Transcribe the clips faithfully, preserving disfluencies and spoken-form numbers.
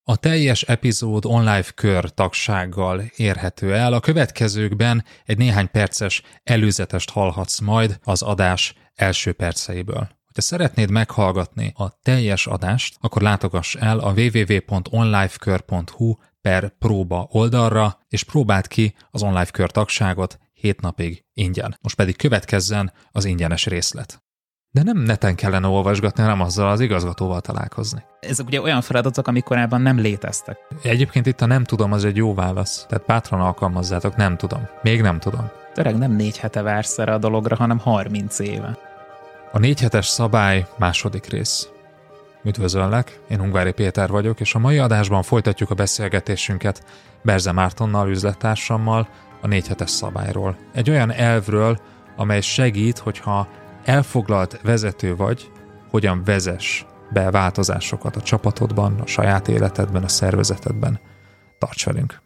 A teljes epizód online kör tagsággal érhető el. A következőkben egy néhány perces előzetest hallhatsz majd az adás első perceiből. Ha szeretnéd meghallgatni a teljes adást, akkor látogass el a www.onlifekör.hu per próba oldalra, és próbáld ki az online kör tagságot hét napig ingyen. Most pedig következzen az ingyenes részlet. De nem neten kellene olvasgatni, hanem azzal az igazgatóval találkozni. Ezek ugye olyan feladatok, amik korábban nem léteztek. Egyébként itt a nem tudom, az egy jó válasz. Tehát bátran alkalmazzátok, nem tudom. Még nem tudom. Öreg, nem négy hete vársz erre a dologra, hanem harminc éve. A négy hetes szabály második rész. Üdvözöllek, én Ungvári Péter vagyok, és a mai adásban folytatjuk a beszélgetésünket Berze Mártonnal, üzlettársammal a négy hetes szabályról. Egy olyan elvről, amely segít, hogyha elfoglalt vezető vagy, hogyan vezess be változásokat a csapatodban, a saját életedben, a szervezetedben. Tarts velünk!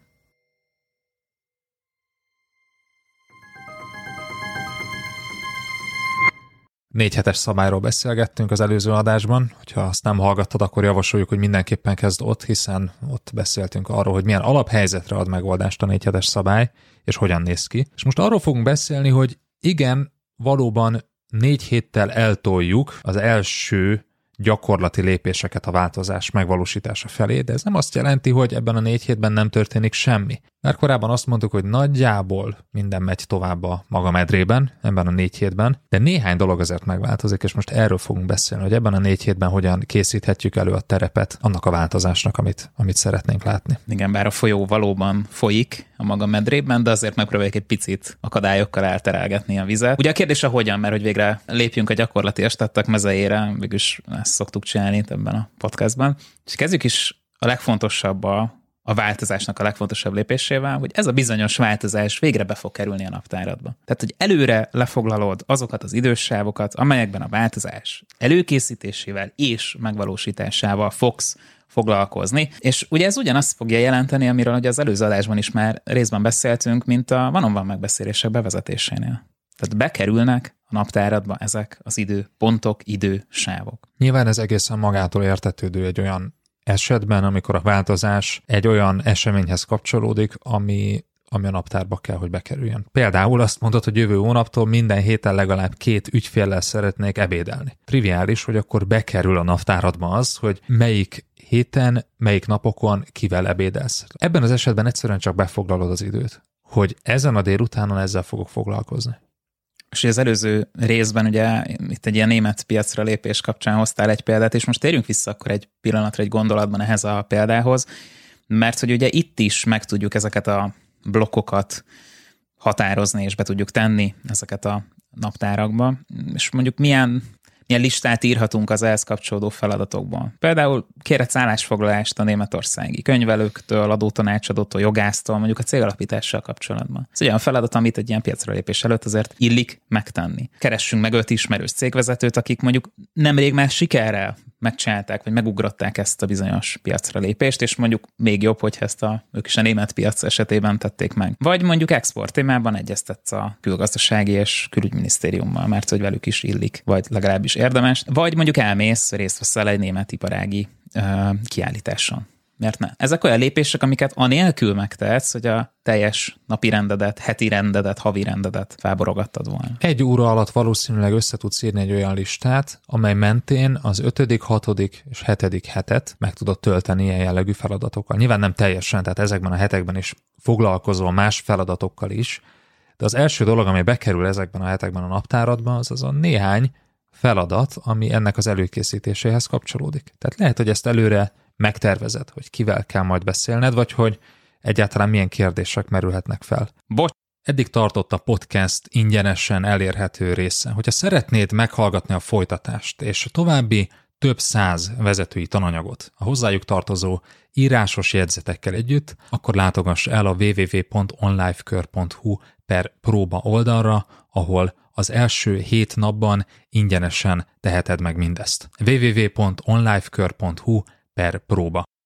Négy hetes szabályról beszélgettünk az előző adásban, hogyha azt nem hallgattad, akkor javasoljuk, hogy mindenképpen kezd ott, hiszen ott beszéltünk arról, hogy milyen alaphelyzetre ad megoldást a négy hetes szabály, és hogyan néz ki. És most arról fogunk beszélni, hogy igen, valóban négy héttel eltoljuk az első gyakorlati lépéseket a változás megvalósítása felé, de ez nem azt jelenti, hogy ebben a négy hétben nem történik semmi. Mert korábban azt mondtuk, hogy nagyjából minden megy tovább a maga medrében, ebben a négy hétben, de néhány dolog azért megváltozik, és most erről fogunk beszélni, hogy ebben a négy hétben hogyan készíthetjük elő a terepet annak a változásnak, amit, amit szeretnénk látni. Igen, bár a folyó valóban folyik a maga medrében, de azért megpróbáljuk egy picit akadályokkal elterelgetni a vizet. Ugye a kérdés a hogyan, mert hogy végre lépjünk a gyakorlati estettek mezejére, végülis ezt szoktuk csinálni itt ebben a podcastban. És kezdjük is a legfontosabb a a változásnak a legfontosabb lépésével, hogy ez a bizonyos változás végre be fog kerülni a naptáradba. Tehát, hogy előre lefoglalod azokat az idősávokat, amelyekben a változás előkészítésével és megvalósításával fogsz foglalkozni. És ugye ez ugyanazt fogja jelenteni, amiről ugye az előző adásban is már részben beszéltünk, mint a one-on-one megbeszélések bevezetésénél. Tehát bekerülnek a naptáradba ezek az időpontok, idősávok. Nyilván ez egészen magától értetődő egy olyan esetben, amikor a változás egy olyan eseményhez kapcsolódik, ami, ami a naptárba kell, hogy bekerüljön. Például azt mondod, hogy jövő hónaptól minden héten legalább két ügyféllel szeretnék ebédelni. Triviális, hogy akkor bekerül a naptáradba az, hogy melyik héten, melyik napokon kivel ebédelsz. Ebben az esetben egyszerűen csak befoglalod az időt, hogy ezen a délutánon ezzel fogok foglalkozni. És az előző részben ugye itt egy ilyen német piacra lépés kapcsán hoztál egy példát, és most térjünk vissza akkor egy pillanatra, egy gondolatban ehhez a példához, mert hogy ugye itt is meg tudjuk ezeket a blokkokat határozni, és be tudjuk tenni ezeket a naptárakba, és mondjuk milyen, milyen listát írhatunk az ehhez kapcsolódó feladatokban. Például kérhetsz állásfoglalást a németországi könyvelőktől, adótanácsadótól, jogásztól, mondjuk a cégalapítással kapcsolatban. Ez olyan feladat, amit egy ilyen piacra lépés előtt azért illik megtenni. Keressünk meg öt ismerős cégvezetőt, akik mondjuk nemrég már sikerrel megcsinálták, vagy megugrották ezt a bizonyos piacra lépést, és mondjuk még jobb, hogy ezt a, ők is a német piac esetében tették meg. Vagy mondjuk export témában egyeztetsz a külgazdasági és külügyminisztériummal, mert hogy velük is illik, vagy legalábbis érdemes. Vagy mondjuk elmész, részt veszel egy német iparági uh, kiállításon. Miért ne? Ezek olyan lépések, amiket anélkül megtehetsz, hogy a teljes napi rendedet, heti rendedet, havi rendedet felborogattad volna. Egy óra alatt valószínűleg össze tudsz írni egy olyan listát, amely mentén az ötödik, hatodik és hetedik hetet meg tudod tölteni ilyen jellegű feladatokkal. Nyilván nem teljesen, tehát ezekben a hetekben is foglalkozol más feladatokkal is, de az első dolog, ami bekerül ezekben a hetekben a naptáradban, az az a néhány feladat, ami ennek az előkészítéséhez kapcsolódik. Tehát lehet, hogy ezt előre megtervezed, hogy kivel kell majd beszélned, vagy hogy egyáltalán milyen kérdések merülhetnek fel. Bocs. Eddig tartott a podcast ingyenesen elérhető része. Hogyha szeretnéd meghallgatni a folytatást, és a további több száz vezetői tananyagot a hozzájuk tartozó írásos jegyzetekkel együtt, akkor látogass el a www.onlifekör.hu per próba oldalra, ahol az első hét napban ingyenesen teheted meg mindezt. www.onlifekör.hu per próba.